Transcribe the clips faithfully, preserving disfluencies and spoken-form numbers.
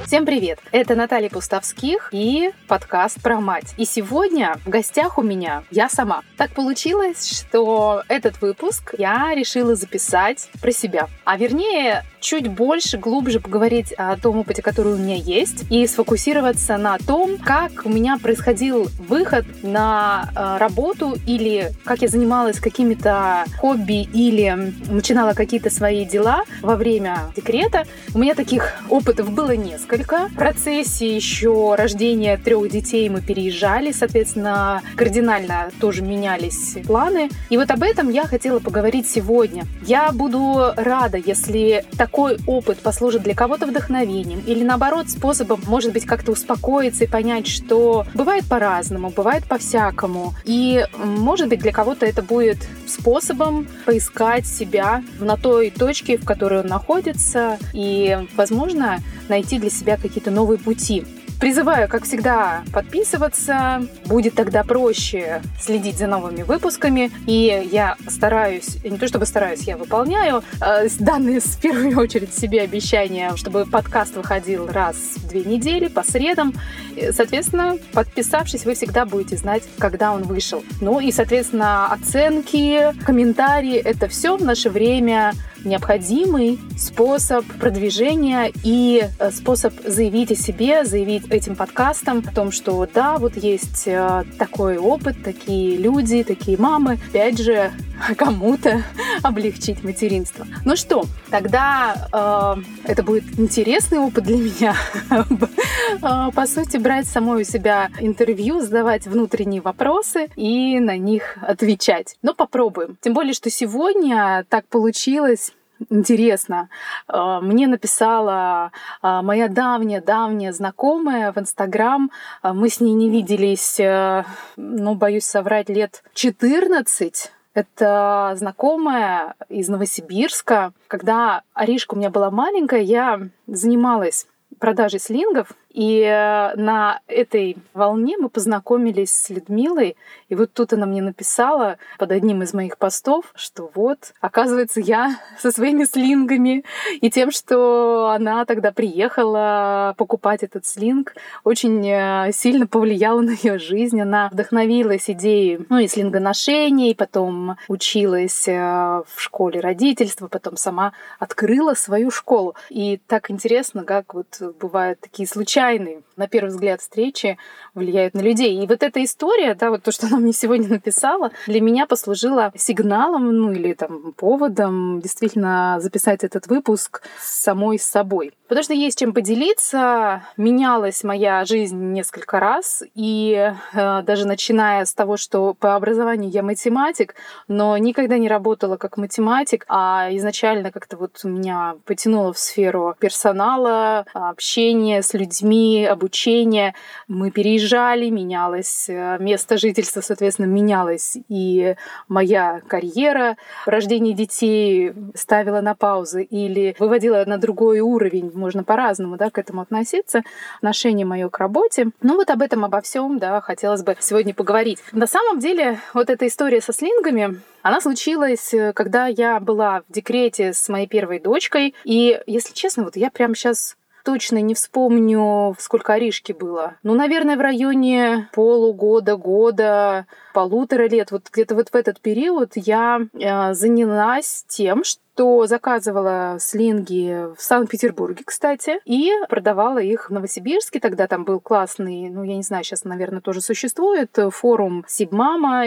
Всем привет! Это Наталья Пустовских и подкаст про мать. И сегодня в гостях у меня я сама. Так получилось, что этот выпуск я решила записать про себя. А вернее, чуть больше, глубже поговорить о том опыте, который у меня есть, и сфокусироваться на том, как у меня происходил выход на работу или как я занималась какими-то хобби или начинала какие-то свои дела во время декрета. У меня таких опытов было несколько. В процессе еще рождения трех детей мы переезжали, соответственно, кардинально тоже менялись планы. И вот об этом я хотела поговорить сегодня. Я буду рада, если такой опыт послужит для кого-то вдохновением или, наоборот, способом, может быть, как-то успокоиться и понять, что бывает по-разному, бывает по-всякому. И, может быть, для кого-то это будет способом поискать себя на той точке, в которой он находится, и, возможно, найти для себя какие-то новые пути. Призываю, как всегда, подписываться. Будет тогда проще следить за новыми выпусками. И я стараюсь, не то чтобы стараюсь, я выполняю э, данные в первую очередь себе обещания, чтобы подкаст выходил раз в две недели по средам. Соответственно, подписавшись, вы всегда будете знать, когда он вышел. Ну и, соответственно, оценки, комментарии — это все в наше время необходимый способ продвижения и способ заявить о себе, заявить этим подкастом о том, что да, вот есть такой опыт, такие люди, такие мамы. Опять же, кому-то облегчить материнство. Ну что, тогда э, это будет интересный опыт для меня. По сути, брать самой у себя интервью, задавать внутренние вопросы и на них отвечать. Но попробуем. Тем более, что сегодня так получилось. Интересно. Мне написала моя давняя-давняя знакомая в Инстаграм. Мы с ней не виделись, ну, боюсь соврать, лет четырнадцать. Это знакомая из Новосибирска. Когда Аришка у меня была маленькая, я занималась продажей слингов. И на этой волне мы познакомились с Людмилой. И вот тут она мне написала под одним из моих постов, что вот, оказывается, я со своими слингами и тем, что она тогда приехала покупать этот слинг, очень сильно повлияла на ее жизнь. Она вдохновилась идеей, ну, и слингоношения, и потом училась в школе родительства, потом сама открыла свою школу. И так интересно, как вот бывают такие случайные, на первый взгляд, встречи влияют на людей. И вот эта история, да, вот то, что она мне сегодня написала, для меня послужила сигналом, ну или там поводом действительно записать этот выпуск самой с собой. Потому что есть чем поделиться. Менялась моя жизнь несколько раз, и э, даже начиная с того, что по образованию я математик, но никогда не работала как математик, а изначально как-то вот меня потянуло в сферу персонала, общения с людьми, обучение. Мы переезжали, менялось место жительства, соответственно, менялась и моя карьера. Рождение детей ставила на паузу или выводила на другой уровень. Можно по-разному, да, к этому относиться. Отношение мое к работе. Ну вот об этом, обо всем, да, хотелось бы сегодня поговорить. На самом деле, вот эта история со слингами, она случилась, когда я была в декрете с моей первой дочкой. И, если честно, вот я прямо сейчас точно не вспомню, сколько Аришке было. Ну, наверное, в районе полугода, года, полутора лет. Вот где-то вот в этот период я э, занялась тем, что то заказывала слинги в Санкт-Петербурге, кстати, и продавала их в Новосибирске. Тогда там был классный, ну, я не знаю, сейчас, наверное, тоже существует, форум Сибмама,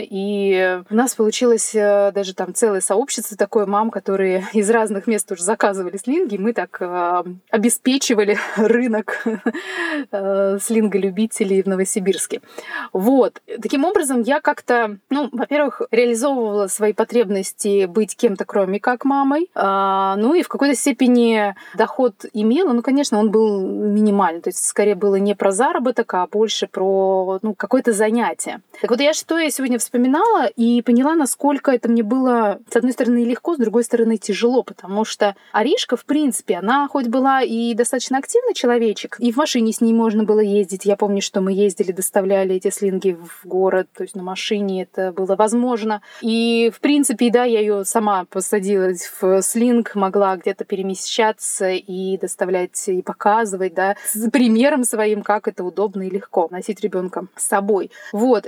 и у нас получилось даже там целое сообщество такое мам, которые из разных мест уже заказывали слинги. Мы так э, обеспечивали рынок э, слинголюбителей в Новосибирске. Вот. Таким образом, я как-то, ну, во-первых, реализовывала свои потребности быть кем-то, кроме как мамой. Ну и в какой-то степени доход имела, ну, конечно, он был минимальный, то есть скорее было не про заработок, а больше про, ну, какое-то занятие. Так вот, я что я сегодня вспоминала и поняла, насколько это мне было, с одной стороны, легко, с другой стороны, тяжело, потому что Аришка, в принципе, она хоть была и достаточно активный человечек, и в машине с ней можно было ездить. Я помню, что мы ездили, доставляли эти слинги в город, то есть на машине это было возможно. И, в принципе, да, я ее сама посадила в в слинг могла где-то перемещаться и доставлять, и показывать, да, с примером своим, как это удобно и легко носить ребенка с собой. Вот.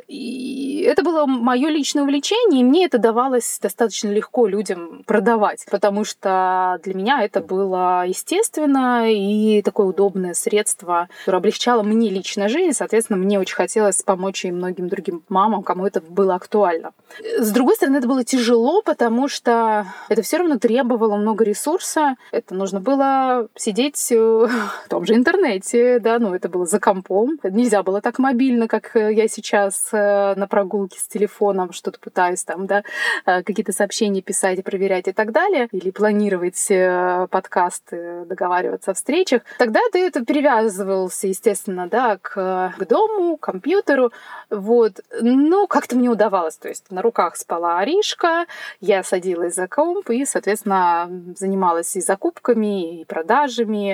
И это было мое личное увлечение, и мне это давалось достаточно легко людям продавать, потому что для меня это было естественно и такое удобное средство, которое облегчало мне лично жизнь. Соответственно, мне очень хотелось помочь и многим другим мамам, кому это было актуально. С другой стороны, это было тяжело, потому что это все равно требовало много ресурса. Это нужно было сидеть в том же интернете, да, ну это было за компом. Нельзя было так мобильно, как я сейчас на прогулке с телефоном что-то пытаюсь там, да, какие-то сообщения писать и проверять и так далее, или планировать подкасты, договариваться о встречах. Тогда ты это привязывался, естественно, да, к, к дому, к компьютеру, вот. Но как-то мне удавалось, то есть на руках спала Аришка, я садилась за комп и, соответственно, занималась и закупками, и продажами,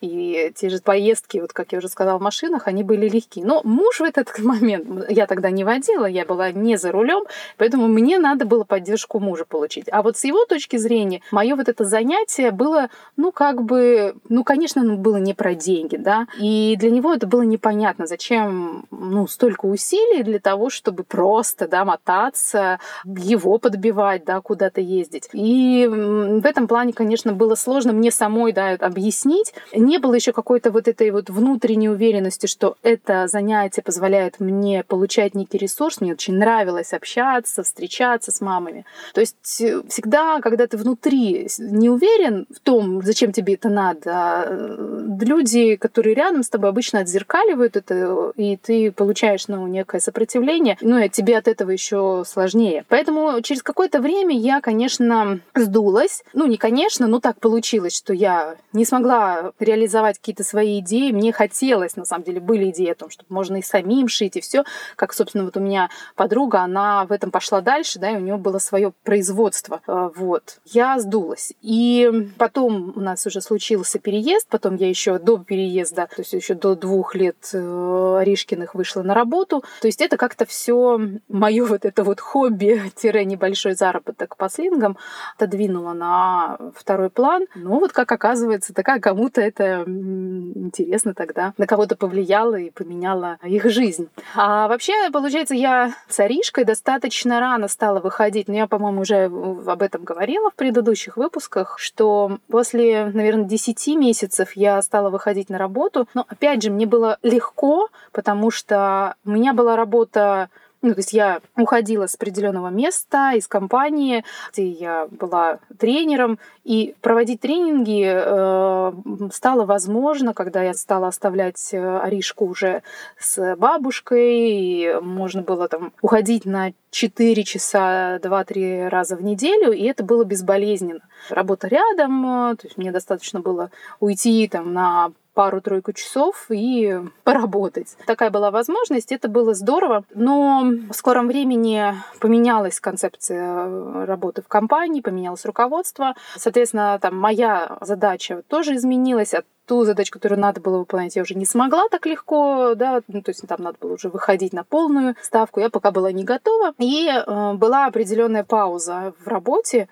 и те же поездки, вот как я уже сказала, в машинах, они были легкие. Но муж в этот момент, я тогда не водила, я была не за рулем, поэтому мне надо было поддержку мужа получить. А вот с его точки зрения, мое вот это занятие было, ну, как бы, ну, конечно, оно было не про деньги, да, и для него это было непонятно, зачем, ну, столько усилий для того, чтобы просто, да, мотаться, его подбивать, да, куда-то ездить. И в этом плане, конечно, было сложно мне самой, да, объяснить. Не было еще какой-то вот этой вот внутренней уверенности, что это занятие позволяет мне получать некий ресурс. Мне очень нравилось общаться, встречаться с мамами. То есть всегда, когда ты внутри не уверен в том, зачем тебе это надо, люди, которые рядом с тобой, обычно отзеркаливают это, и ты получаешь, ну, некое сопротивление, ну, и тебе от этого еще сложнее. Поэтому через какое-то время я, конечно, сдулась. Ну, не конечно, но так получилось, что я не смогла реализовать какие-то свои идеи. Мне хотелось, на самом деле, были идеи о том, что можно и самим шить, и все. Как, собственно, вот у меня подруга, она в этом пошла дальше, да, и у нее было свое производство. Вот. Я сдулась. И потом у нас уже случился переезд, потом я еще до переезда, то есть еще до двух лет Аришкиных вышла на работу. То есть это как-то все мое вот это вот хобби-небольшой заработок по слингам отодвинуло на второй план. Ну вот как оказывается, такая кому-то это интересно тогда, на кого-то повлияло и поменяло их жизнь. А вообще, получается, я с Аришкой достаточно рано стала выходить, но я, по-моему, уже об этом говорила в предыдущих выпусках, что после, наверное, десяти месяцев я стала выходить на работу. Но, опять же, мне было легко, потому что у меня была работа. Ну, то есть я уходила с определенного места, из компании, где я была тренером, и проводить тренинги э, стало возможно, когда я стала оставлять Аришку уже с бабушкой, и можно было там уходить на четыре часа два-три раза в неделю, и это было безболезненно. Работа рядом, то есть мне достаточно было уйти там на пару-тройку часов и поработать. Такая была возможность, это было здорово. Но в скором времени поменялась концепция работы в компании, поменялось руководство. Соответственно, там моя задача тоже изменилась. От ту задачу, которую надо было выполнять, я уже не смогла так легко, да, ну, то есть там надо было уже выходить на полную ставку, я пока была не готова. И э, была определенная пауза в работе.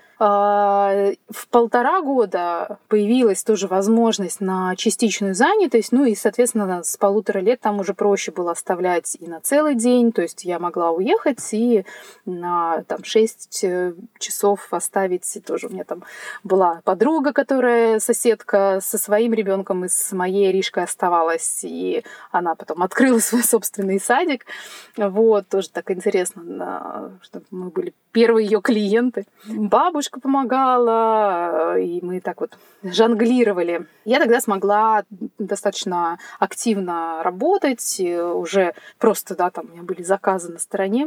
Э, в полтора года появилась тоже возможность на частичную занятость, ну и, соответственно, с полутора лет там уже проще было оставлять и на целый день, то есть я могла уехать и на там, шесть часов оставить тоже. У меня там была подруга, которая соседка со своим ребенком, и с моей Аришкой оставалась, и она потом открыла свой собственный садик. Вот, тоже так интересно, что мы были первые ее клиенты. Бабушка помогала, и мы так вот жонглировали. Я тогда смогла достаточно активно работать, уже просто, да, там у меня были заказы на стороне.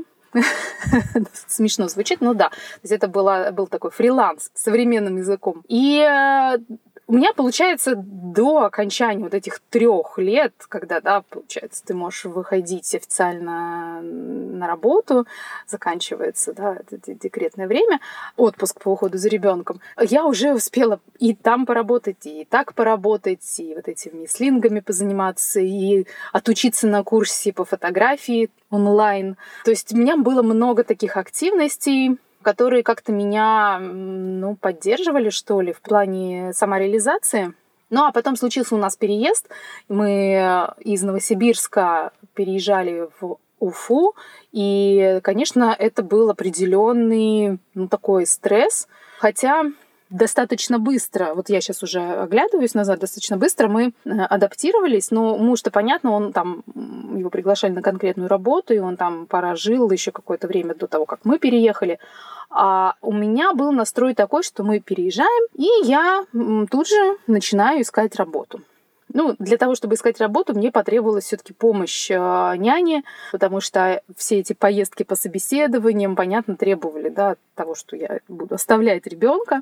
Смешно звучит, но да. То есть это была, был такой фриланс современным языком. И у меня, получается, до окончания вот этих трех лет, когда, да, получается, ты можешь выходить официально на работу, заканчивается, да, это декретное время, отпуск по уходу за ребенком, я уже успела и там поработать, и так поработать, и вот этими слингами позаниматься, и отучиться на курсе по фотографии онлайн. То есть у меня было много таких активностей, которые как-то меня, ну, поддерживали, что ли, в плане самореализации. Ну, а потом случился у нас переезд. Мы из Новосибирска переезжали в Уфу, и, конечно, это был определенный, ну, такой стресс, хотя достаточно быстро, вот я сейчас уже оглядываюсь назад, достаточно быстро мы адаптировались, но муж-то, понятно, он там, его приглашали на конкретную работу, и он там порожил еще какое-то время до того, как мы переехали. А у меня был настрой такой, что мы переезжаем, и я тут же начинаю искать работу. Ну, для того, чтобы искать работу, мне потребовалась все-таки помощь э, няни, потому что все эти поездки по собеседованиям, понятно, требовали, да, того, что я буду оставлять ребенка.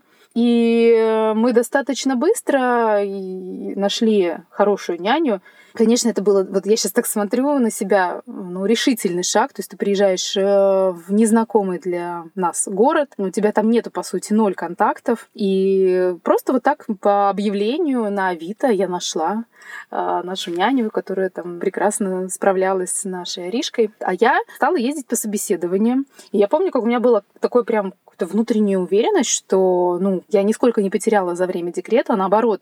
И мы достаточно быстро нашли хорошую няню. Конечно, это было, вот я сейчас так смотрю на себя, ну, решительный шаг. То есть ты приезжаешь в незнакомый для нас город, у тебя там нету, по сути, ноль контактов. И просто вот так по объявлению на Авито я нашла нашу няню, которая там прекрасно справлялась с нашей Аришкой. А я стала ездить по собеседованиям. И я помню, как у меня было такое прям какая-то внутренняя уверенность, что, ну, я нисколько не потеряла за время декрета, а наоборот,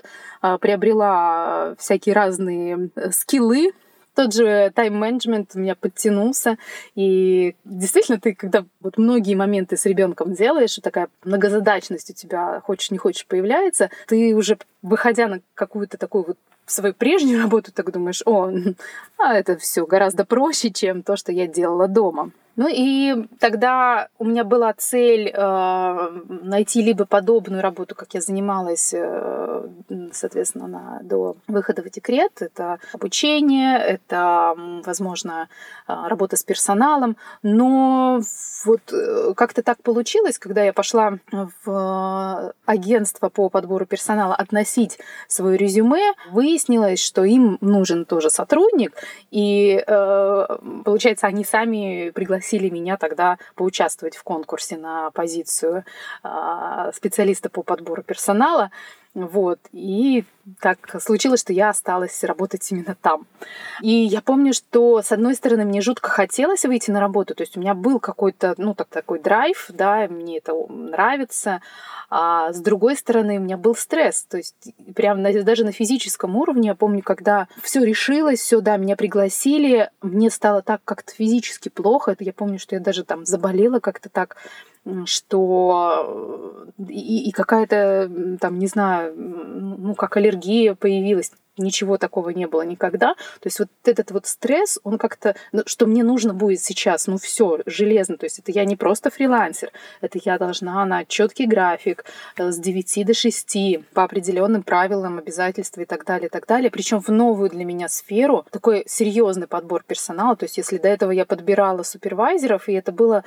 приобрела всякие разные скиллы. Тот же тайм-менеджмент у меня подтянулся. И действительно, ты, когда вот многие моменты с ребенком делаешь, и такая многозадачность у тебя, хочешь не хочешь, появляется, ты уже, выходя на какую-то такую вот свою прежнюю работу, так думаешь, о, а это все гораздо проще, чем то, что я делала дома. Ну и тогда у меня была цель э, найти либо подобную работу, как я занималась, э, соответственно, на, до выхода в декрет. Это обучение, это, возможно, работа с персоналом. Но вот как-то так получилось, когда я пошла в агентство по подбору персонала относить свое резюме, выяснилось, что им нужен тоже сотрудник. И, э, получается, они сами пригласили меня тогда поучаствовать в конкурсе на позицию специалиста по подбору персонала. Вот. И так случилось, что я осталась работать именно там. И я помню, что, с одной стороны, мне жутко хотелось выйти на работу, то есть у меня был какой-то, ну, так, такой драйв, да, мне это нравится, а с другой стороны, у меня был стресс, то есть прям на, даже на физическом уровне, я помню, когда все решилось, все, да, меня пригласили, мне стало так как-то физически плохо, это я помню, что я даже там заболела как-то так, что и, и какая-то там, не знаю, ну, как аллергия появилась. Ничего такого не было никогда. То есть вот этот вот стресс, он как-то, ну, что мне нужно будет сейчас, ну все, железно. То есть это я не просто фрилансер, это я должна на четкий график с девяти до шести по определенным правилам, обязательствам и так далее, и так далее. Причем в новую для меня сферу, такой серьезный подбор персонала. То есть если до этого я подбирала супервайзеров, и это было,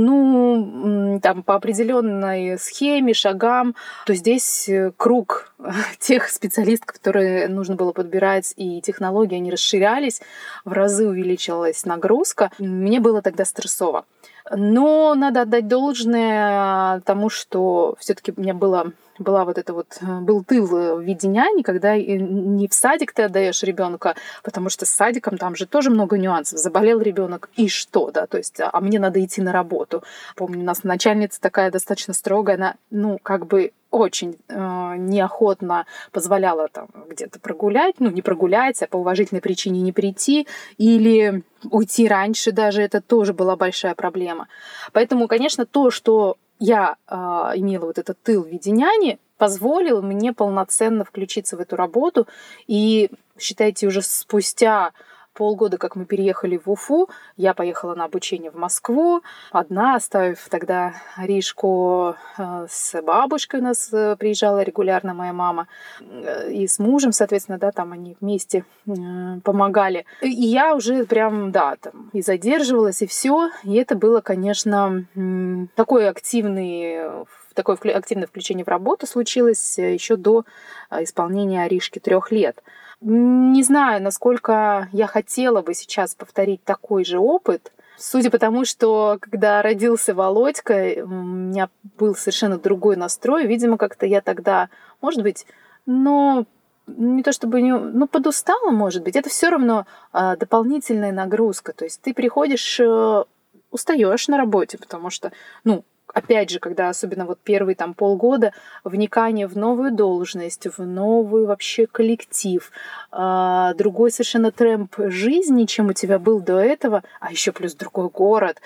ну, там по определенной схеме, шагам, то здесь круг тех специалистов, которые нужно было подбирать, и технологии, они расширялись, в разы увеличилась нагрузка. Мне было тогда стрессово. Но надо отдать должное тому, что все-таки у меня было, была вот это вот, был тыл в виде няни, когда не в садик ты отдаешь ребенка, потому что с садиком там же тоже много нюансов. Заболел ребенок и что, да, то есть, а мне надо идти на работу. Помню, у нас начальница такая достаточно строгая, она, ну, как бы очень э, неохотно позволяла там где-то прогулять, ну, не прогулять, а по уважительной причине не прийти, или уйти раньше даже, это тоже была большая проблема. Поэтому, конечно, то, что я э, имела вот этот тыл в виде няни, позволило мне полноценно включиться в эту работу. И, считайте, уже спустя полгода, как мы переехали в Уфу, я поехала на обучение в Москву, одна, оставив тогда Аришку с бабушкой, у нас приезжала регулярно моя мама, и с мужем, соответственно, да, там они вместе помогали. И я уже прям, да, там и задерживалась, и все. И это было, конечно, такой активный такое активное включение в работу случилось еще до исполнения Аришки трех лет. Не знаю, насколько я хотела бы сейчас повторить такой же опыт. Судя по тому, что когда родился Володька, у меня был совершенно другой настрой. Видимо, как-то я тогда, может быть, но не то чтобы не, ну, подустала, может быть. Это все равно а, дополнительная нагрузка. То есть ты приходишь, устаешь на работе, потому что, ну, опять же, когда особенно вот первые там полгода, вникание в новую должность, в новый вообще коллектив, другой совершенно темп жизни, чем у тебя был до этого, а еще плюс другой город,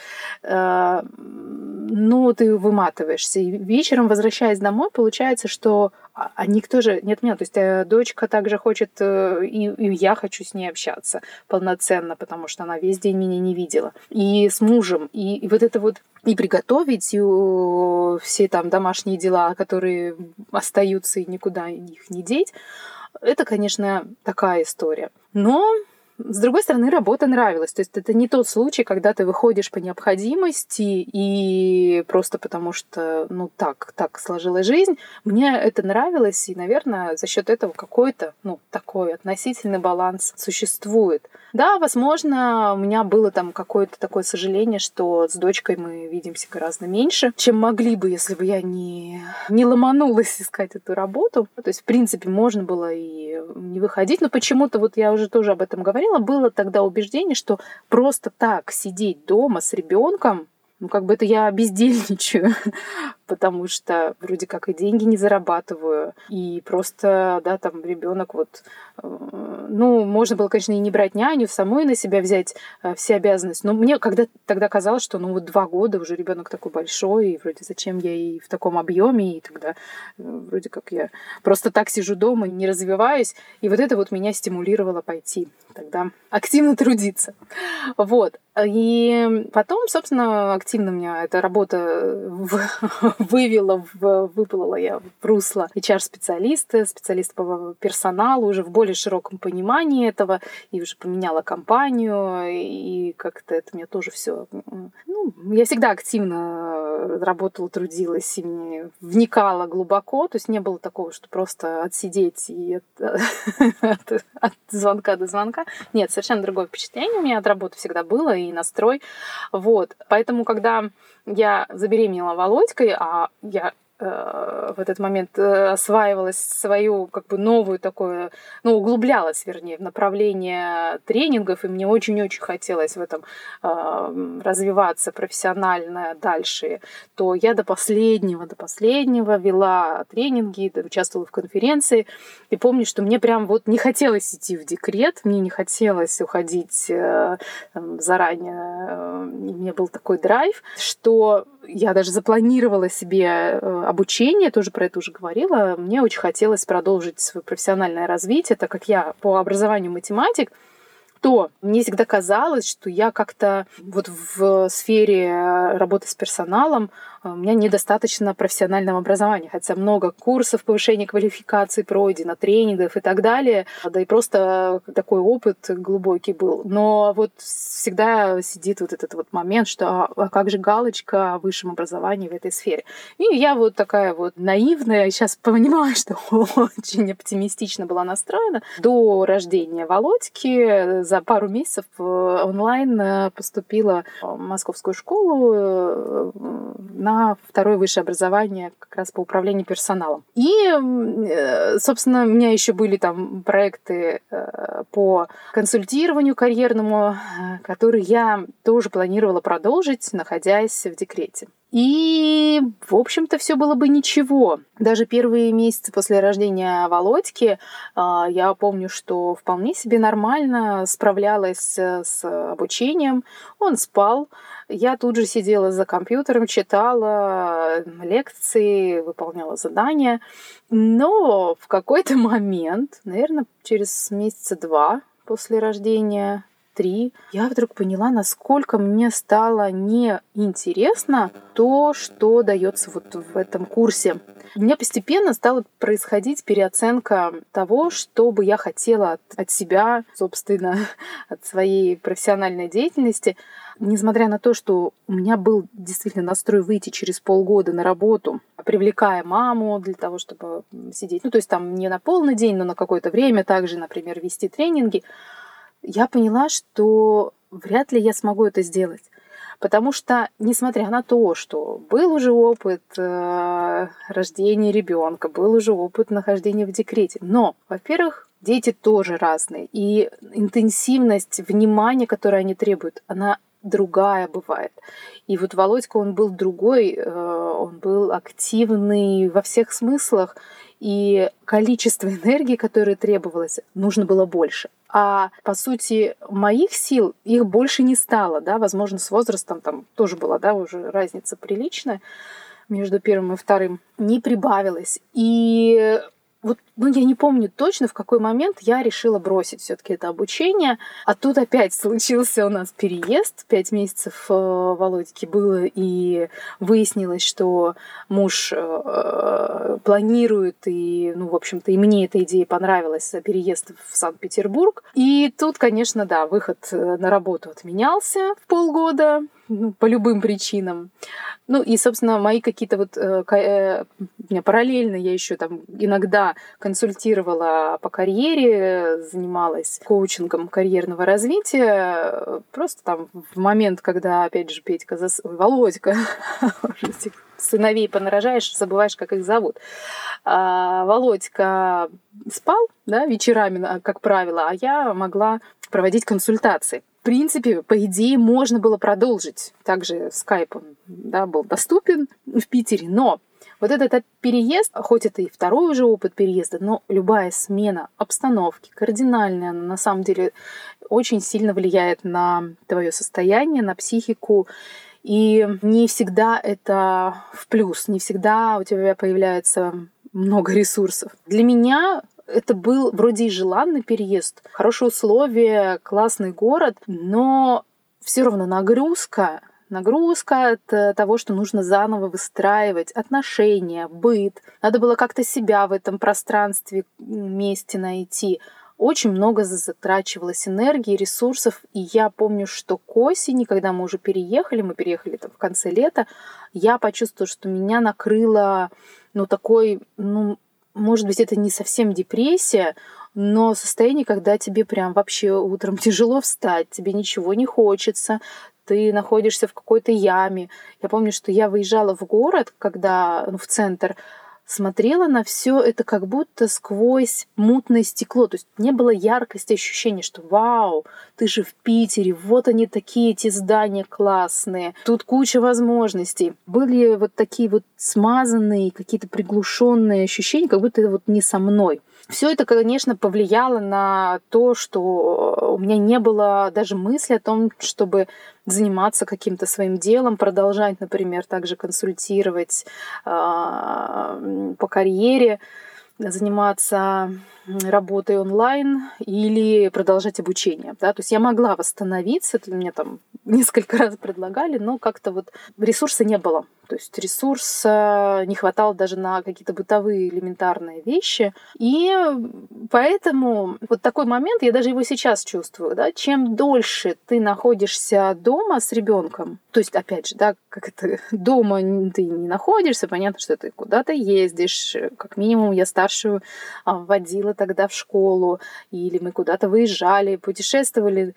ну, ты выматываешься. И вечером, возвращаясь домой, получается, что а никто же не отменял. То есть дочка также хочет, и, и я хочу с ней общаться полноценно, потому что она весь день меня не видела. И с мужем. И, и вот это вот и приготовить, и все там домашние дела, которые остаются, и никуда их не деть, это, конечно, такая история. Но с другой стороны, работа нравилась. То есть это не тот случай, когда ты выходишь по необходимости и просто потому что, ну, так, так сложилась жизнь. Мне это нравилось, и, наверное, за счет этого какой-то, ну, такой относительный баланс существует. Да, возможно, у меня было там какое-то такое сожаление, что с дочкой мы видимся гораздо меньше, чем могли бы, если бы я не, не ломанулась искать эту работу. То есть, в принципе, можно было и не выходить, но почему-то, вот я уже тоже об этом говорила, было тогда убеждение, что просто так сидеть дома с ребенком, ну, как бы это я бездельничаю, потому что вроде как и деньги не зарабатываю, и просто, да, там ребенок вот, ну, можно было, конечно, и не брать няню, самой на себя взять все обязанности, но мне когда тогда казалось, что, ну, вот два года уже ребенок такой большой, и вроде зачем я и в таком объеме, и тогда вроде как я просто так сижу дома, не развиваюсь, и вот это вот меня стимулировало пойти тогда активно трудиться. Вот. И потом, собственно, активно меня эта работа вывела, в, выплыла я в русло эйч ар-специалиста, специалиста по персоналу, уже в более широком понимании этого, и уже поменяла компанию, и как-то это мне тоже все. Ну, я всегда активно работала, трудилась, и мне вникала глубоко, то есть не было такого, что просто отсидеть и от, от, от звонка до звонка. Нет, совершенно другое впечатление у меня от работы всегда было, и настрой. Вот. Поэтому, когда я забеременела Володькой, а я э, в этот момент осваивалась свою как бы новую такое, ну, углублялась, вернее, в направление тренингов, и мне очень-очень хотелось в этом э, развиваться профессионально дальше, то я до последнего, до последнего вела тренинги, участвовала в конференции, и помню, что мне прям вот не хотелось идти в декрет, мне не хотелось уходить э, заранее, э, у меня был такой драйв, что я даже запланировала себе обучение, тоже про это уже говорила. Мне очень хотелось продолжить свое профессиональное развитие, так как я по образованию математик, то мне всегда казалось, что я как-то вот в сфере работы с персоналом у меня недостаточно профессионального образования, хотя много курсов повышения квалификации пройдено, тренингов и так далее, да и просто такой опыт глубокий был. Но вот всегда сидит вот этот вот момент, что а как же галочка о высшем образовании в этой сфере. И я вот такая вот наивная, сейчас понимаю, что очень оптимистично была настроена. До рождения Володьки за пару месяцев онлайн поступила в московскую школу на на второе высшее образование как раз по управлению персоналом. И, собственно, у меня еще были там проекты по консультированию карьерному, которые я тоже планировала продолжить, находясь в декрете. И, в общем-то, все было бы ничего. Даже первые месяцы после рождения Володьки я помню, что вполне себе нормально справлялась с обучением. Он спал. Я тут же сидела за компьютером, читала лекции, выполняла задания. Но в какой-то момент, наверное, через месяца два после рождения, три, я вдруг поняла, насколько мне стало неинтересно то, что дается вот в этом курсе. У меня постепенно стала происходить переоценка того, что бы я хотела от, от себя, собственно, от своей профессиональной деятельности. Несмотря на то, что у меня был действительно настрой выйти через полгода на работу, привлекая маму для того, чтобы сидеть, ну, то есть там не на полный день, но на какое-то время также, например, вести тренинги, я поняла, что вряд ли я смогу это сделать. Потому что, несмотря на то, что был уже опыт э, рождения ребенка, был уже опыт нахождения в декрете, но, во-первых, дети тоже разные, и интенсивность внимания, которую они требуют, она другая бывает. И вот Володька, он был другой, он был активный во всех смыслах, и количество энергии, которое требовалось, нужно было больше. А по сути моих сил их больше не стало, да, возможно, с возрастом там тоже была, да, уже разница приличная между первым и вторым, не прибавилось. И вот, ну, я не помню точно, в какой момент я решила бросить все-таки это обучение. А тут опять случился у нас переезд. Пять месяцев э, Володьке было, и выяснилось, что муж э, планирует, и, ну, в общем-то, и мне эта идея понравилась, переезд в Санкт-Петербург. И тут, конечно, да, выход на работу отменялся в полгода, ну, по любым причинам. Ну и, собственно, мои какие-то вот э, параллельно я еще там иногда консультировала по карьере, занималась коучингом карьерного развития. Просто там в момент, когда, опять же, Петька, зас... Ой, Володька, сыновей понарожаешь, забываешь, как их зовут. А Володька спал, да, вечерами, как правило, а я могла проводить консультации. В принципе, по идее, можно было продолжить. Также скайп, он, да, был доступен в Питере. Но вот этот переезд, хоть это и второй уже опыт переезда, но любая смена обстановки, кардинальная, она на самом деле очень сильно влияет на твое состояние, на психику. И не всегда это в плюс, не всегда у тебя появляется много ресурсов. Для меня это был вроде и желанный переезд, хорошие условия, классный город, но все равно нагрузка, нагрузка от того, что нужно заново выстраивать отношения, быт. Надо было как-то себя в этом пространстве, месте найти. Очень много затрачивалось энергии, ресурсов. И я помню, что к осени, когда мы уже переехали, мы переехали там в конце лета, я почувствовала, что меня накрыло, ну, такой, ну, может быть, это не совсем депрессия, но состояние, когда тебе прям вообще утром тяжело встать, тебе ничего не хочется, ты находишься в какой-то яме. Я помню, что я выезжала в город, когда, ну, в центр, смотрела на все это как будто сквозь мутное стекло. То есть не было яркости, ощущения, что вау, ты же в Питере, вот они такие эти здания классные, тут куча возможностей. Были вот такие вот смазанные, какие-то приглушенные ощущения, как будто это вот не со мной. Все это, конечно, повлияло на то, что у меня не было даже мысли о том, чтобы заниматься каким-то своим делом, продолжать, например, также консультировать э, по карьере, заниматься работой онлайн или продолжать обучение. Да? То есть я могла восстановиться, это мне там несколько раз предлагали, но как-то вот ресурса не было. То есть ресурса не хватало даже на какие-то бытовые элементарные вещи. И поэтому вот такой момент, я даже его сейчас чувствую, да, чем дольше ты находишься дома с ребенком, то есть, опять же, да, как это, дома ты не находишься, понятно, что ты куда-то ездишь, как минимум я старшую водила тогда в школу, или мы куда-то выезжали, путешествовали,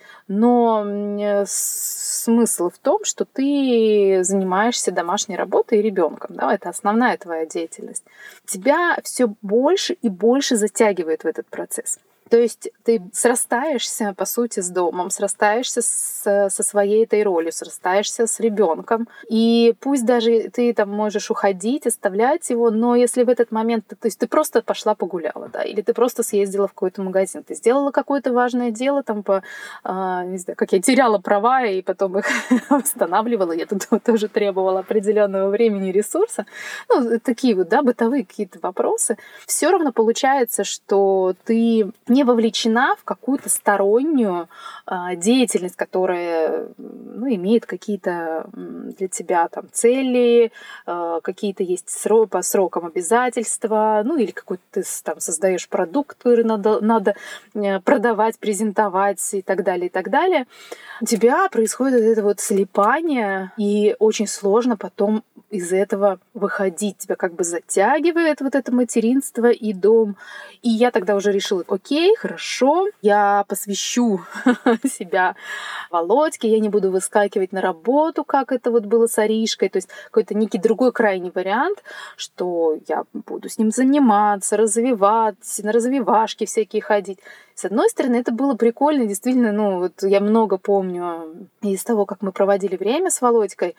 но смысл в том, что ты занимаешься домашней работой и ребенком, да, это основная твоя деятельность. Тебя все больше и больше затягивает в этот процесс. То есть ты срастаешься, по сути, с домом, срастаешься с, со своей этой ролью, срастаешься с ребенком. И пусть даже ты там можешь уходить, оставлять его, но если в этот момент, то есть ты просто пошла погуляла, да, или ты просто съездила в какой-то магазин, ты сделала какое-то важное дело, там по, а, не знаю, как я теряла права и потом их восстанавливала, я тут тоже требовала определенного времени и ресурса. Ну, такие вот, да, бытовые какие-то вопросы. Все равно получается, что ты не вовлечена в какую-то стороннюю э, деятельность, которая, ну, имеет какие-то для тебя там цели, э, какие-то есть срок, по срокам обязательства, ну или какой-то ты там создаешь продукт, который надо, надо продавать, презентовать и так далее, и так далее. У тебя происходит это вот слипание, и очень сложно потом из этого выходить. Тебя как бы затягивает вот это материнство и дом. И я тогда уже решила, окей, окей, хорошо, я посвящу себя Володьке, я не буду выскакивать на работу, как это вот было с Аришкой, то есть какой-то некий другой крайний вариант, что я буду с ним заниматься, развиваться, на развивашки всякие ходить. С одной стороны, это было прикольно, действительно, ну, вот я много помню из того, как мы проводили время с Володькой,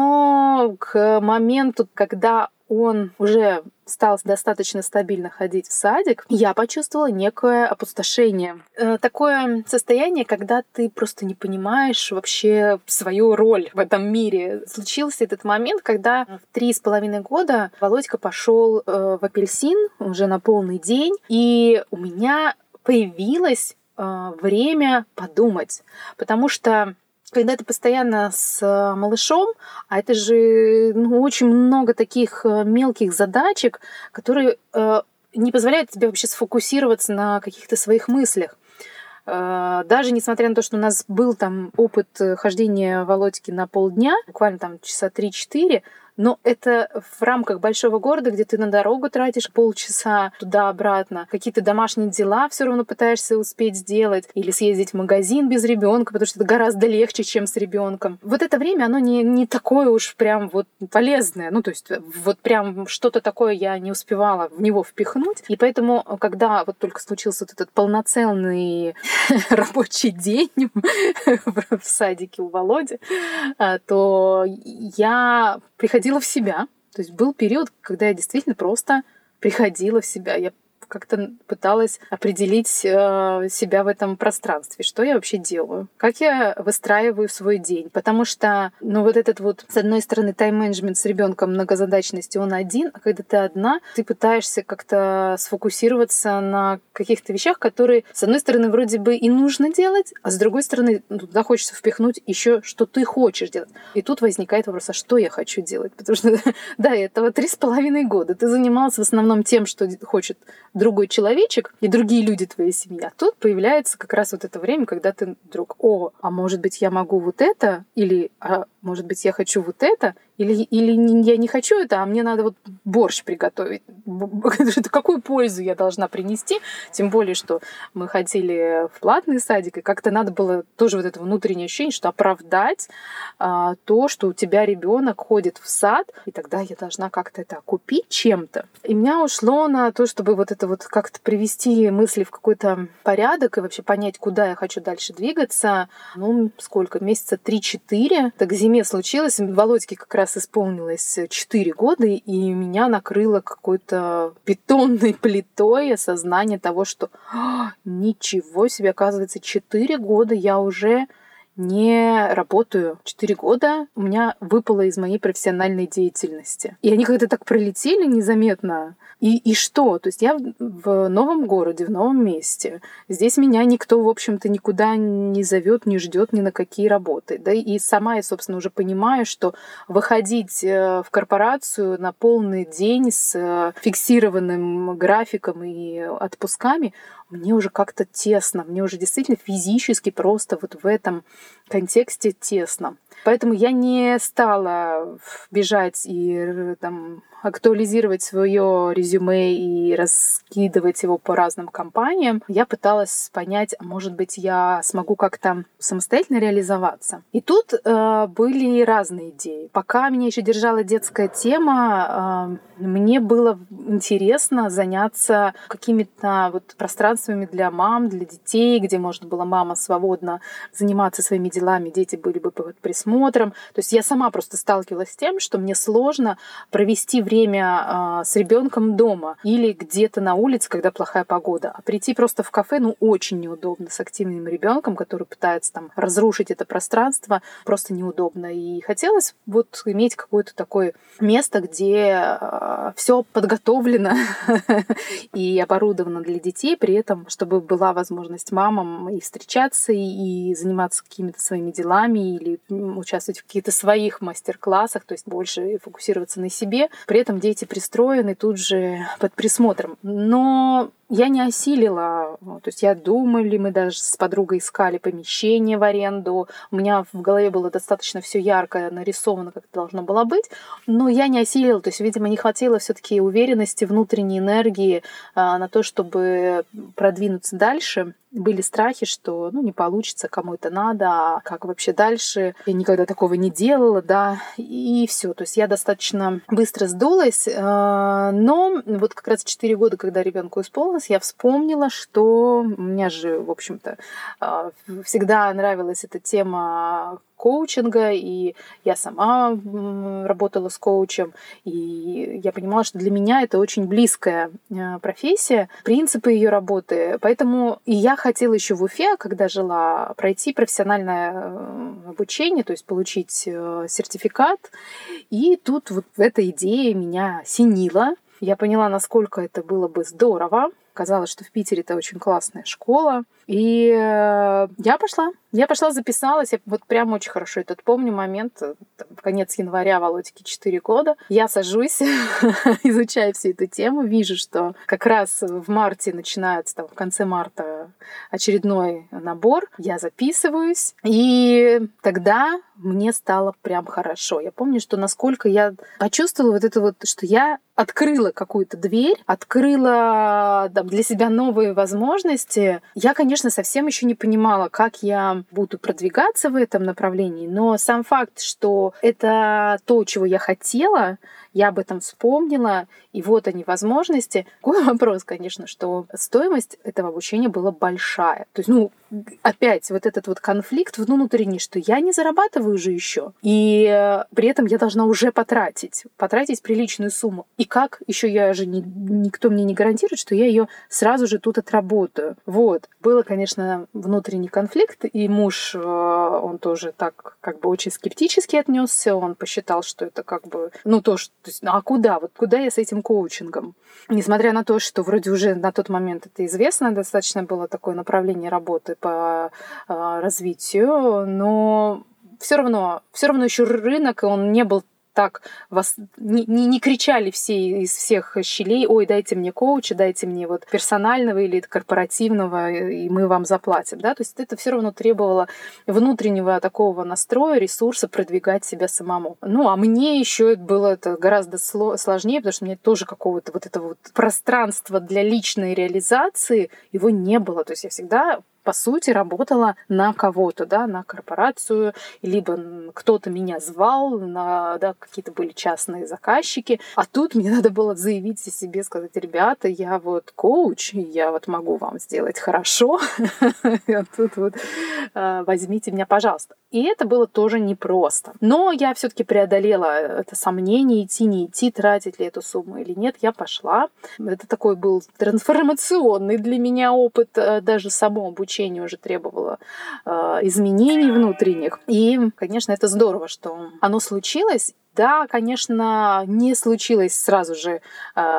но к моменту, когда он уже стал достаточно стабильно ходить в садик, я почувствовала некое опустошение. Такое состояние, когда ты просто не понимаешь вообще свою роль в этом мире. Случился этот момент, когда в три с половиной года Володька пошел в апельсин уже на полный день, и у меня появилось время подумать, потому что когда ты постоянно с малышом, а это же ну, очень много таких мелких задачек, которые э, не позволяют тебе вообще сфокусироваться на каких-то своих мыслях. Э, даже несмотря на то, что у нас был там опыт хождения Володьки на полдня, буквально там часа три-четыре, но это в рамках большого города, где ты на дорогу тратишь полчаса туда-обратно, какие-то домашние дела все равно пытаешься успеть сделать, или съездить в магазин без ребенка, потому что это гораздо легче, чем с ребенком. Вот это время, оно не, не такое уж прям вот полезное. Ну, то есть вот прям что-то такое я не успевала в него впихнуть. И поэтому, когда вот только случился вот этот полноценный рабочий день в садике у Володи, то я приходила в себя. То есть был период, когда я действительно просто приходила в себя. Я как-то пыталась определить э, себя в этом пространстве. Что я вообще делаю? Как я выстраиваю свой день? Потому что, ну, вот этот вот, с одной стороны, тайм-менеджмент с ребенком, многозадачности, он один, а когда ты одна, ты пытаешься как-то сфокусироваться на каких-то вещах, которые, с одной стороны, вроде бы и нужно делать, а с другой стороны, ну, туда хочется впихнуть еще, что ты хочешь делать. И тут возникает вопрос, а что я хочу делать? Потому что, да, этого три с половиной года. Ты занималась в основном тем, что хочет другой человечек и другие люди твоей семьи. А тут появляется как раз вот это время, когда ты вдруг, о, а может быть, я могу вот это, или а может быть, я хочу вот это, или, или я не хочу это, а мне надо вот борщ приготовить. Какую пользу я должна принести? Тем более, что мы ходили в платный садик, и как-то надо было тоже вот это внутреннее ощущение, что оправдать а, то, что у тебя ребенок ходит в сад, и тогда я должна как-то это окупить чем-то. И меня ушло на то, чтобы вот это вот как-то привести мысли в какой-то порядок и вообще понять, куда я хочу дальше двигаться. Ну, сколько? Месяца три-четыре. Так к зиме случилось. Володьке как раз исполнилось четыре года, и меня накрыло какой-то бетонной плитой осознание того, что ничего себе, оказывается, четыре года я уже не работаю. Четыре года у меня выпало из моей профессиональной деятельности. И они как-то так пролетели незаметно. И, и что? То есть я в новом городе, в новом месте. Здесь меня никто, в общем-то, никуда не зовет, не ждет ни на какие работы. Да? И сама я, собственно, уже понимаю, что выходить в корпорацию на полный день с фиксированным графиком и отпусками мне уже как-то тесно. Мне уже действительно физически просто вот в этом контексте тесно. Поэтому я не стала бежать и там актуализировать свое резюме и раскидывать его по разным компаниям. Я пыталась понять, а может быть, я смогу как-то самостоятельно реализоваться. И тут э, были разные идеи. Пока меня еще держала детская тема, э, мне было интересно заняться какими-то вот пространствами для мам, для детей, где можно было мама свободно заниматься своими делами, дети были бы под присмотром. То есть я сама просто сталкивалась с тем, что мне сложно провести время с ребенком дома или где-то на улице, когда плохая погода. А прийти просто в кафе, ну, очень неудобно с активным ребенком, который пытается там разрушить это пространство, просто неудобно. И хотелось вот иметь какое-то такое место, где все подготовлено и оборудовано для детей, при этом, чтобы была возможность мамам и встречаться, и заниматься какими-то своими делами, или участвовать в каких-то своих мастер-классах, то есть больше фокусироваться на себе. При этом дети пристроены тут же под присмотром. Но я не осилила. То есть я думали, мы даже с подругой искали помещение в аренду. У меня в голове было достаточно все ярко нарисовано, как это должно было быть. Но я не осилила. То есть, видимо, не хватило все-таки уверенности, внутренней энергии а, на то, чтобы продвинуться дальше. Были страхи, что ну, не получится, кому это надо, а как вообще дальше. Я никогда такого не делала, да, и все. То есть я достаточно быстро сдулась, но вот как раз четыре года, когда ребенку исполнилось, я вспомнила, что у меня же, в общем-то, всегда нравилась эта тема коучинга, и я сама работала с коучем, и я понимала, что для меня это очень близкая профессия, принципы ее работы. Поэтому и я хотела еще в Уфе, когда жила, пройти профессиональное обучение, то есть получить сертификат. И тут вот эта идея меня осенила. Я поняла, насколько это было бы здорово. Казалось, что в Питере это очень классная школа. И я пошла. Я пошла, записалась. Я вот прям очень хорошо этот помню момент. Там, конец января, Володьке четыре года. Я сажусь, изучаю всю эту тему. Вижу, что как раз в марте начинается, там, в конце марта очередной набор. Я записываюсь. И тогда мне стало прям хорошо. Я помню, что насколько я почувствовала вот это вот, что я открыла какую-то дверь, открыла там, для себя новые возможности. Я, конечно, совсем еще не понимала, как я буду продвигаться в этом направлении, но сам факт, что это то, чего я хотела, я об этом вспомнила, и вот они возможности. Такой вопрос, конечно, что стоимость этого обучения была большая. То есть, ну, опять вот этот вот конфликт внутренний, что я не зарабатываю же еще, и при этом я должна уже потратить, потратить приличную сумму. И как еще я же не, никто мне не гарантирует, что я ее сразу же тут отработаю. Вот. Было, конечно, внутренний конфликт, и муж, он тоже так как бы очень скептически отнесся, он посчитал, что это как бы, ну, то, что, то есть, ну, а куда? Вот куда я с этим коучингом? Несмотря на то, что вроде уже на тот момент это известно, достаточно было такое направление работы по э, развитию, но все равно, все равно еще рынок, он не был так, вас не, не, не кричали все из всех щелей: ой, дайте мне коуча, дайте мне вот персонального или корпоративного, и мы вам заплатим. Да? То есть это все равно требовало внутреннего такого настроя, ресурса продвигать себя самому. Ну, а мне еще было это гораздо сложнее, потому что у меня тоже какого-то вот этого вот пространства для личной реализации его не было. То есть я всегда, по сути, работала на кого-то, да, на корпорацию, либо кто-то меня звал, на, да, какие-то были частные заказчики. А тут мне надо было заявить о себе, сказать: ребята, я вот коуч, я вот могу вам сделать хорошо, а тут вот возьмите меня, пожалуйста. И это было тоже непросто. Но я все-таки преодолела это сомнение, идти, не идти, тратить ли эту сумму или нет. Я пошла. Это такой был трансформационный для меня опыт, даже само обучение уже требовало э, изменений внутренних. И, конечно, это здорово, что оно случилось. Да, конечно, не случилось сразу же э,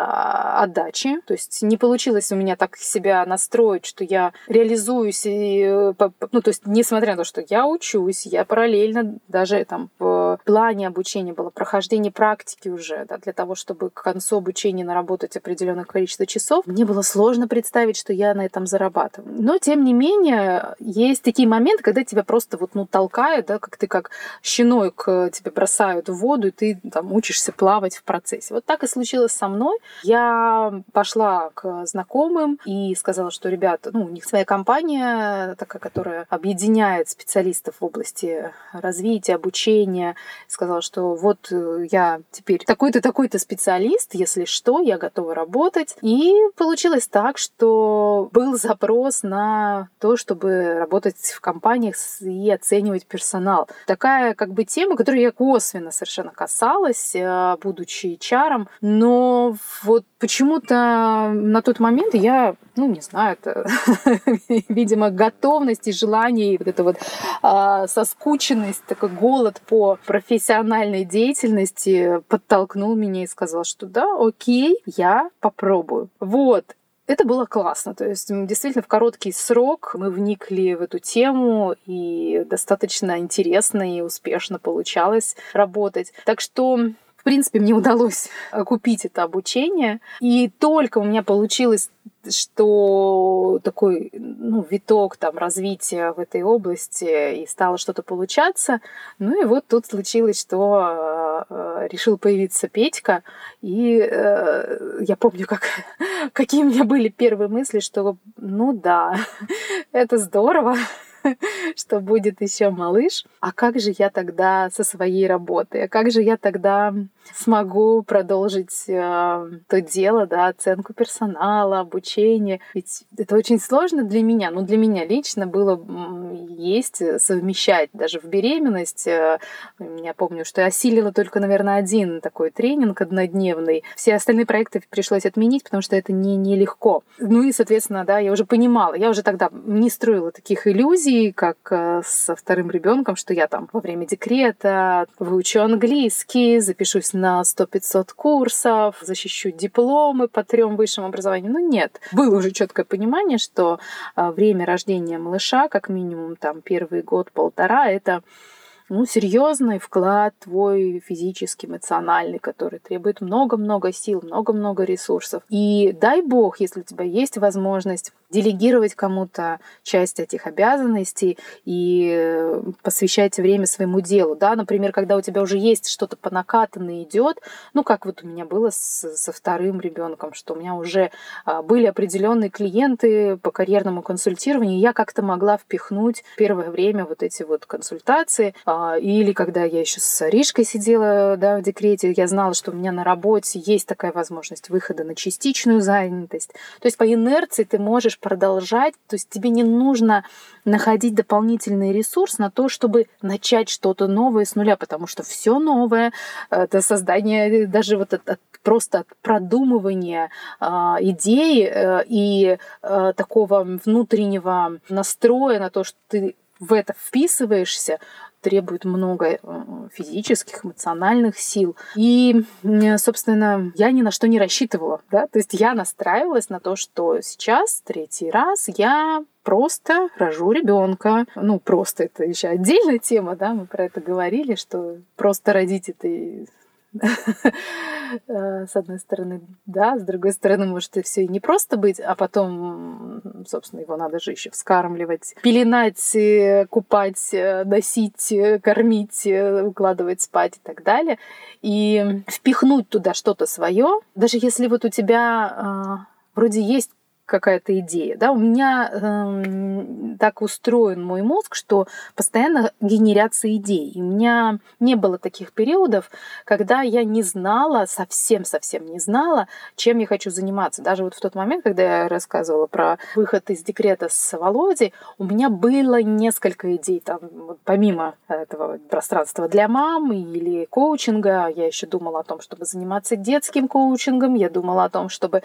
отдачи. То есть не получилось у меня так себя настроить, что я реализуюсь. И, ну, то есть, несмотря на то, что я учусь, я параллельно даже там в плане обучения было прохождение практики уже, да, для того, чтобы к концу обучения наработать определенное количество часов. Мне было сложно представить, что я на этом зарабатываю. Но, тем не менее, есть такие моменты, когда тебя просто вот, ну, толкают, да, как ты как щенок, тебя бросают в воду, и ты там учишься плавать в процессе. Вот так и случилось со мной. Я пошла к знакомым и сказала, что, ребята, ну, у них своя компания такая, которая объединяет специалистов в области развития, обучения. Сказала, что вот я теперь такой-то, такой-то специалист, если что, я готова работать. И получилось так, что был запрос на то, чтобы работать в компаниях и оценивать персонал. Такая как бы тема, которую я косвенно совершенно касалась, будучи эйч ар, но вот почему-то на тот момент я, ну, не знаю, это, видимо, готовность и желание, и вот эта вот а, соскученность, такой голод по профессиональной деятельности подтолкнул меня и сказал, что да, окей, я попробую. Вот. Это было классно. То есть действительно в короткий срок мы вникли в эту тему, и достаточно интересно и успешно получалось работать. Так что В принципе, мне удалось окупить это обучение. И только у меня получилось, что такой ну, виток там, развития в этой области, и стало что-то получаться. Ну и вот тут случилось, что э, решил появиться Петька. И э, я помню, как, какие у меня были первые мысли, что ну да, это здорово, что будет еще малыш. А как же я тогда со своей работой? А как же я тогда смогу продолжить э, то дело, да, оценку персонала, обучение? Ведь это очень сложно для меня. Ну, для меня лично было есть совмещать даже в беременность. Я помню, что я осилила только, наверное, один такой тренинг однодневный. Все остальные проекты пришлось отменить, потому что это не, нелегко. Ну и, соответственно, да, я уже понимала, я уже тогда не строила таких иллюзий, как со вторым ребенком, что я там во время декрета выучу английский, запишусь на сто-пятьсот курсов, защищу дипломы по трем высшим образованиям. Ну нет. Было уже четкое понимание, что время рождения малыша, как минимум там первый год-полтора, это ну, серьезный вклад твой физический, эмоциональный, который требует много-много сил, много-много ресурсов. И дай бог, если у тебя есть возможность делегировать кому-то часть этих обязанностей и посвящать время своему делу. Да? Например, когда у тебя уже есть что-то по накатанной идет, ну, как вот у меня было с, со вторым ребенком, что у меня уже были определенные клиенты по карьерному консультированию, и я как-то могла впихнуть в первое время вот эти вот консультации. Или когда я еще с Аришкой сидела, да, в декрете, я знала, что у меня на работе есть такая возможность выхода на частичную занятость. То есть по инерции ты можешь продолжать, то есть тебе не нужно находить дополнительный ресурс на то, чтобы начать что-то новое с нуля, потому что все новое, это создание даже вот от, от, просто от продумывания э, идей э, и э, такого внутреннего настроя на то, что ты в это вписываешься, требует много физических, эмоциональных сил. И, собственно, я ни на что не рассчитывала. Да? То есть я настраивалась на то, что сейчас, третий раз, я просто рожу ребенка. Ну, просто это еще отдельная тема, да, мы про это говорили, что просто родить это с одной стороны, да, с другой стороны, может и все и не просто быть, а потом, собственно, его надо же еще вскармливать, пеленать, купать, носить, кормить, укладывать спать и так далее. И впихнуть туда что-то свое, даже если вот у тебя вроде есть какая-то идея. Да? У меня э, так устроен мой мозг, что постоянно генерятся идеи. И у меня не было таких периодов, когда я не знала, совсем-совсем не знала, чем я хочу заниматься. Даже вот в тот момент, когда я рассказывала про выход из декрета с Володей, у меня было несколько идей. Там, вот, помимо этого пространства для мам или коучинга, я еще думала о том, чтобы заниматься детским коучингом, я думала о том, чтобы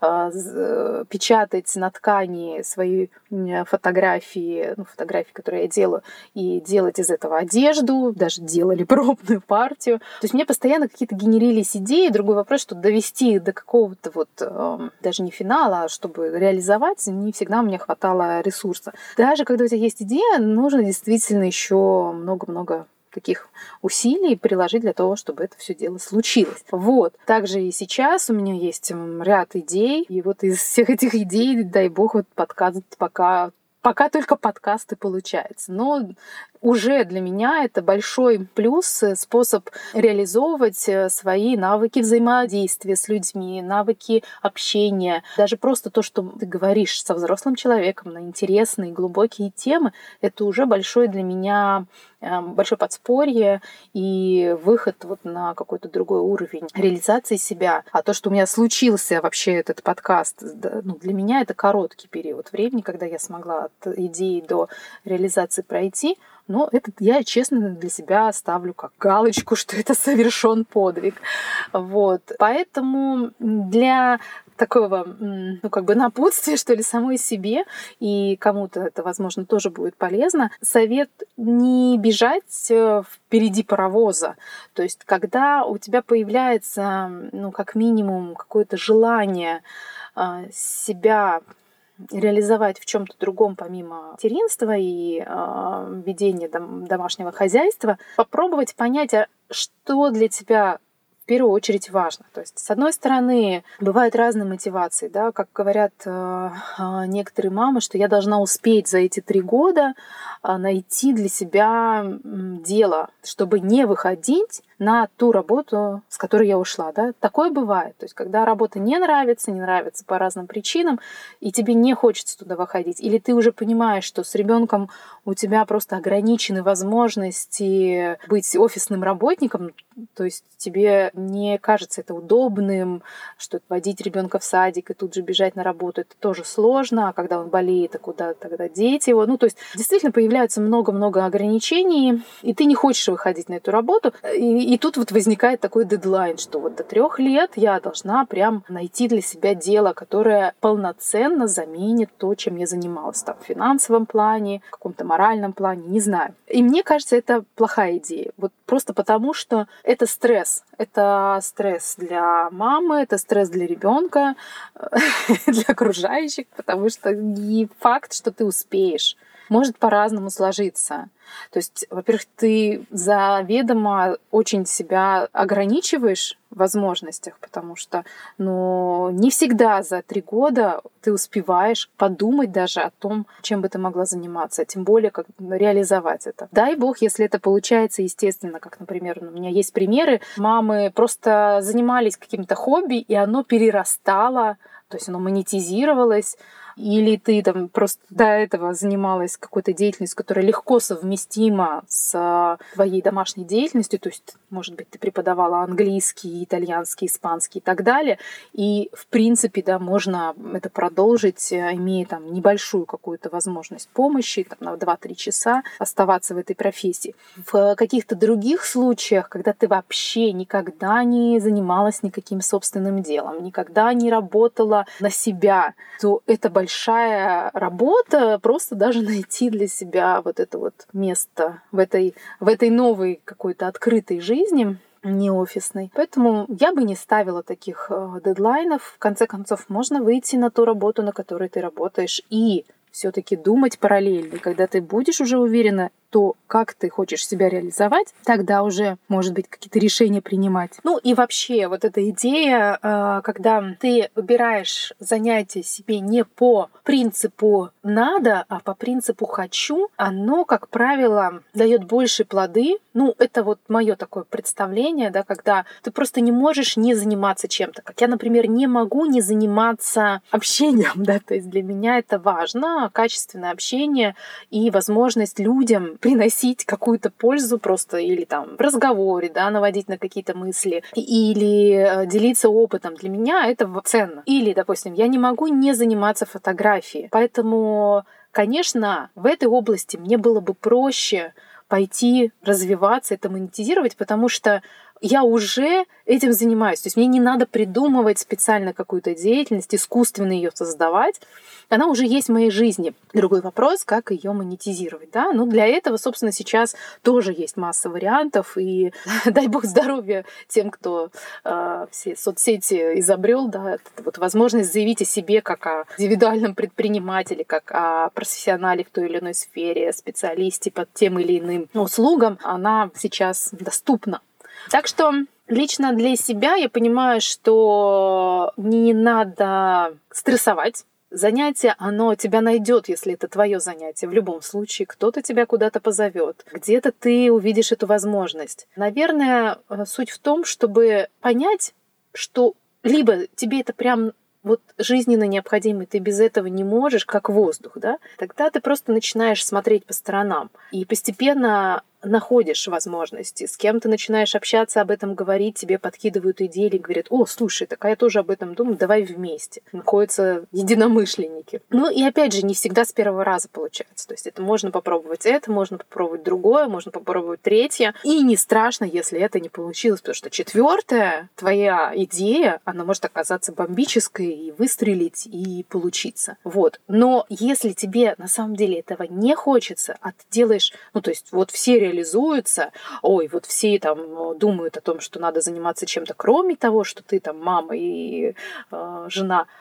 э, печатать печатать на ткани свои фотографии, ну, фотографии, которые я делаю, и делать из этого одежду, даже делали пробную партию. То есть мне постоянно какие-то генерились идеи. Другой вопрос, что довести их до какого-то вот, э, даже не финала, а чтобы реализовать, не всегда мне хватало ресурса. Даже когда у тебя есть идея, нужно действительно еще много-много каких усилий приложить для того, чтобы это все дело случилось. Вот. Также и сейчас у меня есть ряд идей, и вот из всех этих идей, дай бог, вот подкаст пока Пока только подкасты получаются. Но уже для меня это большой плюс, способ реализовывать свои навыки взаимодействия с людьми, навыки общения. Даже просто то, что ты говоришь со взрослым человеком на интересные, глубокие темы, это уже большой для меня большое подспорье и выход вот на какой-то другой уровень реализации себя. А то, что у меня случился вообще этот подкаст, ну, для меня это короткий период времени, когда я смогла от идеи до реализации пройти. Но это я честно для себя ставлю как галочку, что это совершен подвиг. Вот. Поэтому для такого, ну, как бы напутствия, что ли, самой себе, и кому-то это, возможно, тоже будет полезно, совет не бежать впереди паровоза. То есть, когда у тебя появляется, ну, как минимум, какое-то желание себя реализовать в чем-то другом помимо материнства и э, ведения дом, домашнего хозяйства, попробовать понять, а что для тебя в первую очередь важно. То есть, с одной стороны, бывают разные мотивации, да, как говорят э, э, некоторые мамы, что я должна успеть за эти три года э, найти для себя э, дело, чтобы не выходить на ту работу, с которой я ушла. Да? Такое бывает. То есть, когда работа не нравится, не нравится по разным причинам, и тебе не хочется туда выходить, или ты уже понимаешь, что с ребенком у тебя просто ограничены возможности быть офисным работником, то есть тебе не кажется это удобным, что водить ребенка в садик и тут же бежать на работу, это тоже сложно, а когда он болеет, а куда тогда деть его? Ну, то есть действительно появляется много-много ограничений, и ты не хочешь выходить на эту работу, и, и тут вот возникает такой дедлайн, что вот до трех лет я должна прям найти для себя дело, которое полноценно заменит то, чем я занималась, там, в финансовом плане, в каком-то моральном плане, не знаю. И мне кажется, это плохая идея. Вот просто потому, что это стресс. Это стресс для мамы, это стресс для ребенка, для окружающих, потому что не факт, что ты успеешь. Может по-разному сложиться. То есть, во-первых, ты заведомо очень себя ограничиваешь в возможностях, потому что ну, не всегда за три года ты успеваешь подумать даже о том, чем бы ты могла заниматься, тем более как реализовать это. Дай бог, если это получается естественно, как, например, у меня есть примеры, мамы просто занимались каким-то хобби, и оно перерастало, то есть оно монетизировалось, или ты там просто до этого занималась какой-то деятельностью, которая легко совместима с твоей домашней деятельностью, то есть, может быть, ты преподавала английский, итальянский, испанский и так далее, и, в принципе, да, можно это продолжить, имея там небольшую какую-то возможность помощи, там, на два-три часа оставаться в этой профессии. В каких-то других случаях, когда ты вообще никогда не занималась никаким собственным делом, никогда не работала на себя, то это большая работа просто даже найти для себя вот это вот место в этой, в этой новой какой-то открытой жизни, не офисной. Поэтому я бы не ставила таких э, дедлайнов. В конце концов, можно выйти на ту работу, на которой ты работаешь, и все-таки думать параллельно. И когда ты будешь уже уверена, то, как ты хочешь себя реализовать, тогда уже, может быть, какие-то решения принимать. Ну и вообще, вот эта идея, когда ты выбираешь занятие себе не по принципу «надо», а по принципу «хочу», оно, как правило, дает больше плоды. Ну, это вот мое такое представление, да, когда ты просто не можешь не заниматься чем-то. Как я, например, не могу не заниматься общением, да, то есть для меня это важно, качественное общение и возможность людям приносить какую-то пользу просто или там в разговоре, да, наводить на какие-то мысли, или делиться опытом. Для меня это ценно. Или, допустим, я не могу не заниматься фотографией. Поэтому, конечно, в этой области мне было бы проще пойти развиваться, это монетизировать, потому что я уже этим занимаюсь. То есть мне не надо придумывать специально какую-то деятельность, искусственно ее создавать. Она уже есть в моей жизни. Другой вопрос, как ее монетизировать. Да? Ну, для этого, собственно, сейчас тоже есть масса вариантов. И дай бог здоровья тем, кто э, все соцсети изобрел. Да? Это вот возможность заявить о себе как о индивидуальном предпринимателе, как о профессионале в той или иной сфере, специалисте по тем или иным услугам. Она сейчас доступна. Так что лично для себя я понимаю, что не надо стрессовать. Занятие, оно тебя найдет, если это твое занятие. В любом случае, кто-то тебя куда-то позовет, где-то ты увидишь эту возможность. Наверное, суть в том, чтобы понять, что либо тебе это прям вот жизненно необходимо, ты без этого не можешь, как воздух, да, тогда ты просто начинаешь смотреть по сторонам и постепенно находишь возможности, с кем ты начинаешь общаться, об этом говорить, тебе подкидывают идеи или говорят: о, слушай, так я тоже об этом думаю, давай вместе. Находятся единомышленники. Ну и опять же, не всегда с первого раза получается. То есть это можно попробовать это, можно попробовать другое, можно попробовать третье. И не страшно, если это не получилось, потому что четвертая твоя идея, она может оказаться бомбической и выстрелить, и получиться. Вот. Но если тебе на самом деле этого не хочется, а ты делаешь, ну то есть вот все реализуются, ой, вот все там думают о том, что надо заниматься чем-то, кроме того, что ты там мама и э, жена,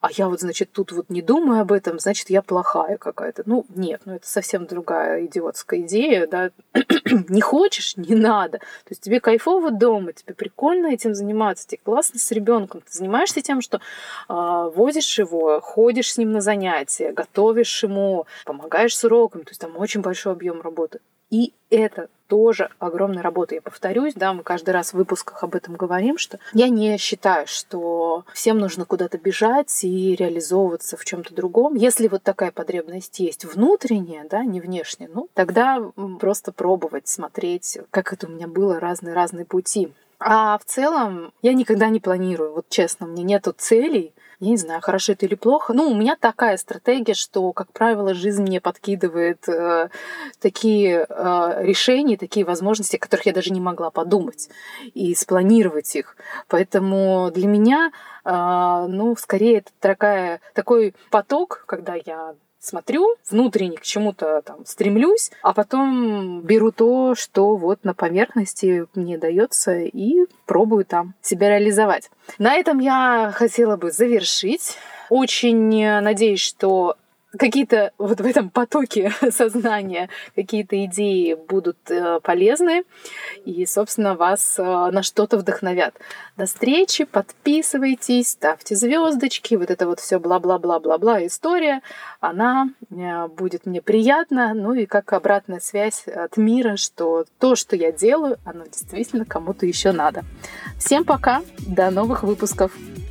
а я вот, значит, тут вот не думаю об этом, значит, я плохая какая-то. Ну, нет, ну это совсем другая идиотская идея, да. Не хочешь, не надо. То есть тебе кайфово дома, тебе прикольно этим заниматься, тебе классно с ребенком. Ты занимаешься тем, что э, возишь его, ходишь с ним на занятия, готовишь ему, помогаешь с уроками. То есть там очень большой объем работы. И это тоже огромная работа. Я повторюсь, да, мы каждый раз в выпусках об этом говорим, что я не считаю, что всем нужно куда-то бежать и реализовываться в чем-то другом. Если вот такая потребность есть внутренняя, да, не внешняя, ну, тогда просто пробовать, смотреть, как это у меня было, разные-разные пути. А в целом я никогда не планирую, вот честно, у меня нету целей. Я не знаю, хорошо это или плохо. Ну, у меня такая стратегия, что, как правило, жизнь мне подкидывает э, такие э, решения, такие возможности, о которых я даже не могла подумать и спланировать их. Поэтому для меня, э, ну, скорее, это такая, такой поток, когда я смотрю, внутренне к чему-то там стремлюсь, а потом беру то, что вот на поверхности мне дается, и пробую там себя реализовать. На этом я хотела бы завершить. Очень надеюсь, что какие-то вот в этом потоке сознания какие-то идеи будут полезны и, собственно, вас на что-то вдохновят. До встречи, подписывайтесь, ставьте звездочки, вот это вот все бла-бла-бла-бла-бла история, она будет мне приятна, ну и как обратная связь от мира, что то, что я делаю, оно действительно кому-то еще надо. Всем пока, до новых выпусков!